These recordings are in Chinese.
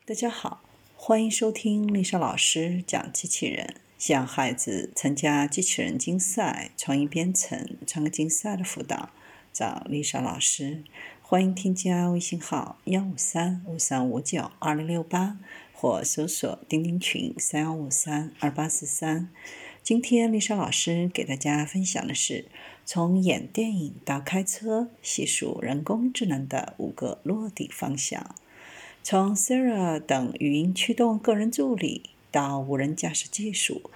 大家好，欢迎收听丽莎老师讲机器人，向孩子参加机器人竞赛、创意编程、创客竞赛的辅导，找丽莎老师。欢迎添加微信号15353592068，或搜索钉钉群31532843。今天丽莎老师给大家分享的是从演电影到开车，细数人工智能的5个落地方向。从 Siri 等语音驱动个人助理到无人驾驶技术，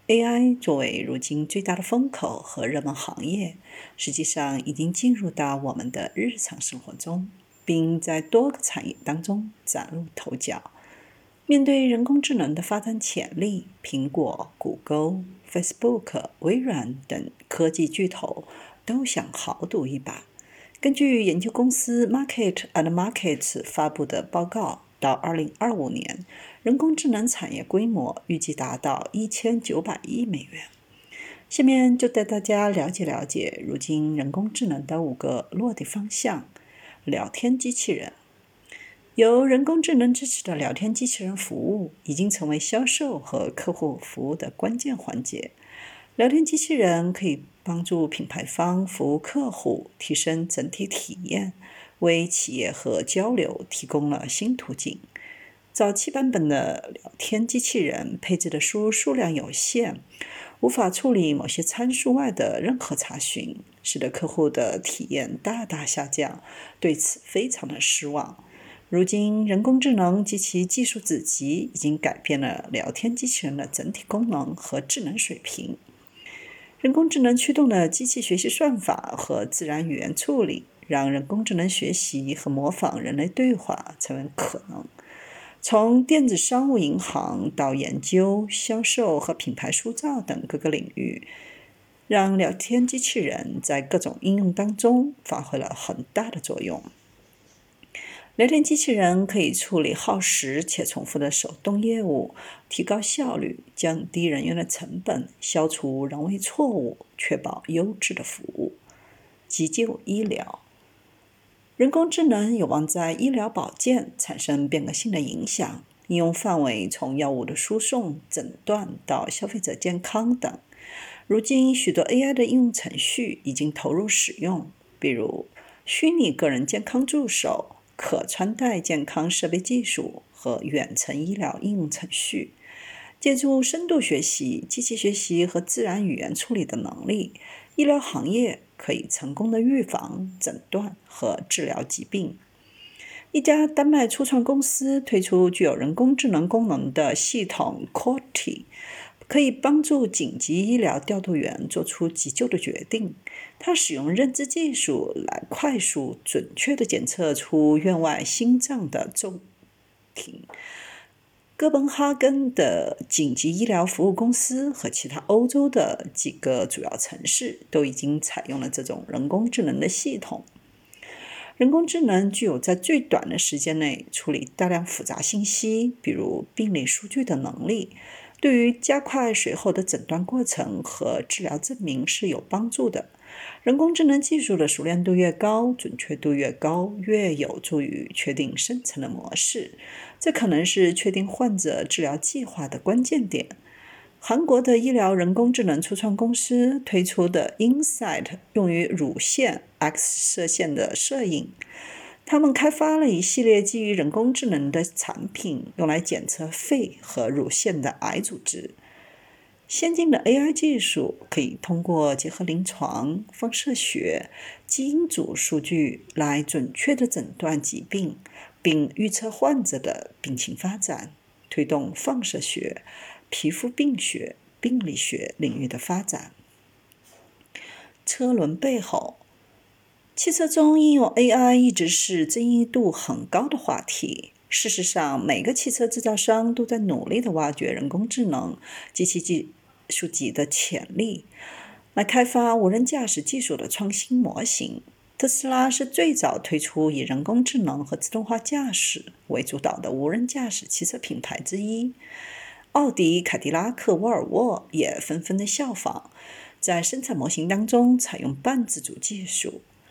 AI 作为如今最大的风口和热门行业，实际上已经进入到我们的日常生活中，并在多个产业当中崭露头角。面对人工智能的发展潜力，苹果、谷歌、Facebook、微软等科技巨头都想豪赌一把。根据研究公司 Market and Markets 发布的报告，到2025年，人工智能产业规模预计达到1900亿美元。下面就带大家了解如今人工智能的5个落地方向。聊天机器人。由人工智能支持的聊天机器人服务已经成为销售和客户服务的关键环节。聊天机器人可以帮助品牌方服务客户，提升整体体验，为企业和交流提供了新途径。早期版本的聊天机器人配置的输入数量有限，无法处理某些参数外的任何查询，使得客户的体验大大下降，对此非常的失望。如今，人工智能及其技术子集已经改变了聊天机器人的整体功能和智能水平。人工智能驱动的机器学习算法和自然语言处理，让人工智能学习和模仿人类对话成为可能。从电子商务银行到研究、销售和品牌塑造等各个领域，让聊天机器人在各种应用当中发挥了很大的作用。聊天机器人可以处理耗时且重复的手动业务，提高效率，降低人员的成本，消除人为错误，确保优质的服务。急救医疗。人工智能有望在医疗保健产生变革性的影响，应用范围从药物的输送、诊断到消费者健康等。如今，许多 AI 的应用程序已经投入使用，比如虚拟个人健康助手、可穿戴健康设备技术和远程医疗应用程序。借助深度学习、机器学习和自然语言处理的能力，医疗行业可以成功的预防、诊断和治疗疾病。一家丹麦初创公司推出具有人工智能功能的系统 Corti， 可以帮助紧急医疗调度员做出急救的决定。它使用认知技术来快速、准确地检测出院外心脏的骤停。哥本哈根的紧急医疗服务公司和其他欧洲的几个主要城市都已经采用了这种人工智能的系统。人工智能具有在最短的时间内处理大量复杂信息，比如病理数据的能力，对于加快随后的诊断过程和治疗证明是有帮助的。人工智能技术的熟练度越高，准确度越高，越有助于确定深层的模式，这可能是确定患者治疗计划的关键点。韩国的医疗人工智能初创公司推出的 Insight 用于乳腺 X 射线的摄影，他们开发了一系列基于人工智能的产品，用来检测肺和乳腺的癌组织。先进的 AI 技术可以通过结合临床、放射学、基因组数据来准确地诊断疾病，并预测患者的病情发展，推动放射学、皮肤病学、病理学领域的发展。车轮背后。汽车中应用 AI 一直是争议度很高的话题。事实上，每个汽车制造商都在努力地挖掘人工智能及其技术级的潜力，来开发无人驾驶技术的创新模型。特斯拉是最早推出以人工智能和自动化驾驶为主导的无人驾驶汽车品牌之一。奥迪、凯迪拉克、沃尔沃也纷纷的效仿，在生产模型当中采用半自主技术。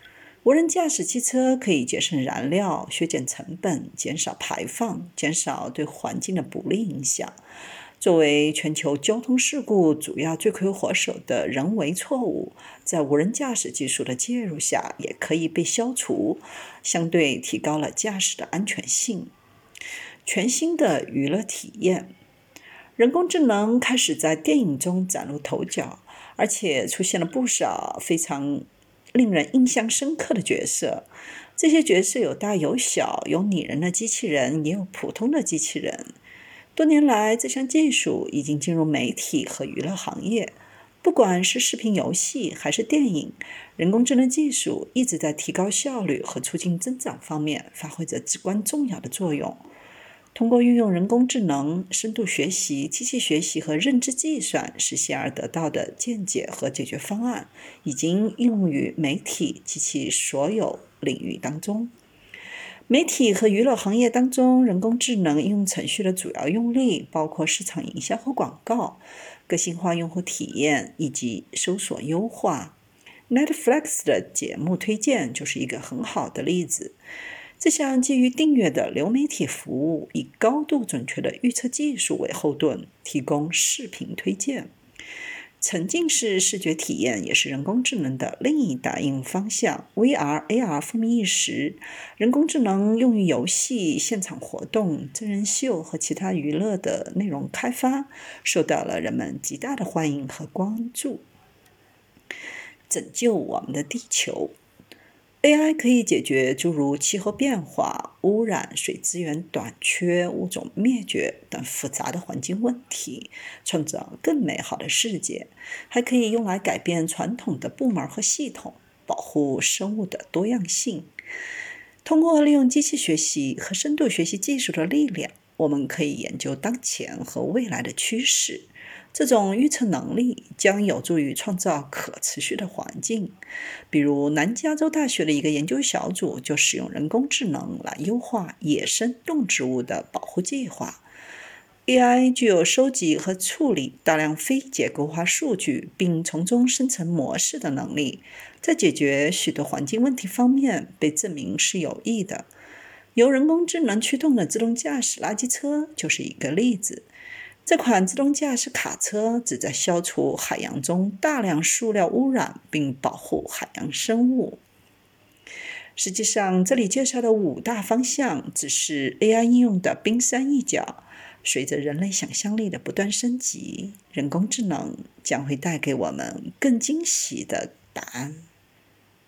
无人驾驶汽车可以节省燃料、削减成本、减少排放、减少对环境的不利影响。作为全球交通事故主要罪魁祸首的人为错误，在无人驾驶技术的介入下也可以被消除，相对提高了驾驶的安全性。全新的娱乐体验，人工智能开始在电影中崭露头角，而且出现了不少非常令人印象深刻的角色。这些角色有大有小，有拟人的机器人，也有普通的机器人。多年来，这项技术已经进入媒体和娱乐行业。不管是视频游戏还是电影，人工智能技术一直在提高效率和促进增长方面发挥着至关重要的作用。通过运用人工智能、深度学习、机器学习和认知计算实现而得到的见解和解决方案，已经应用于媒体及其所有领域当中。媒体和娱乐行业当中，人工智能应用程序的主要用例包括市场营销和广告、个性化用户体验以及搜索优化。Netflix 的节目推荐就是一个很好的例子。这项基于订阅的流媒体服务以高度准确的预测技术为后盾，提供视频推荐。沉浸式视觉体验也是人工智能的另一大应用方向。VR、AR 风靡一时，人工智能用于游戏、现场活动、真人秀和其他娱乐的内容开发，受到了人们极大的欢迎和关注。拯救我们的地球。AI 可以解决诸如气候变化、污染、水资源短缺、物种灭绝等复杂的环境问题，创造更美好的世界。还可以用来改变传统的部门和系统，保护生物的多样性。通过利用机器学习和深度学习技术的力量，我们可以研究当前和未来的趋势。这种预测能力将有助于创造可持续的环境。比如，南加州大学的一个研究小组就使用人工智能来优化野生动植物的保护计划。AI 具有收集和处理大量非结构化数据，并从中生成模式的能力，在解决许多环境问题方面被证明是有益的。由人工智能驱动的自动驾驶垃圾车就是一个例子。这款自动驾驶卡车旨在消除海洋中大量塑料污染，并保护海洋生物。实际上，这里介绍的5大方向只是 AI 应用的冰山一角。随着人类想象力的不断升级，人工智能将会带给我们更惊喜的答案。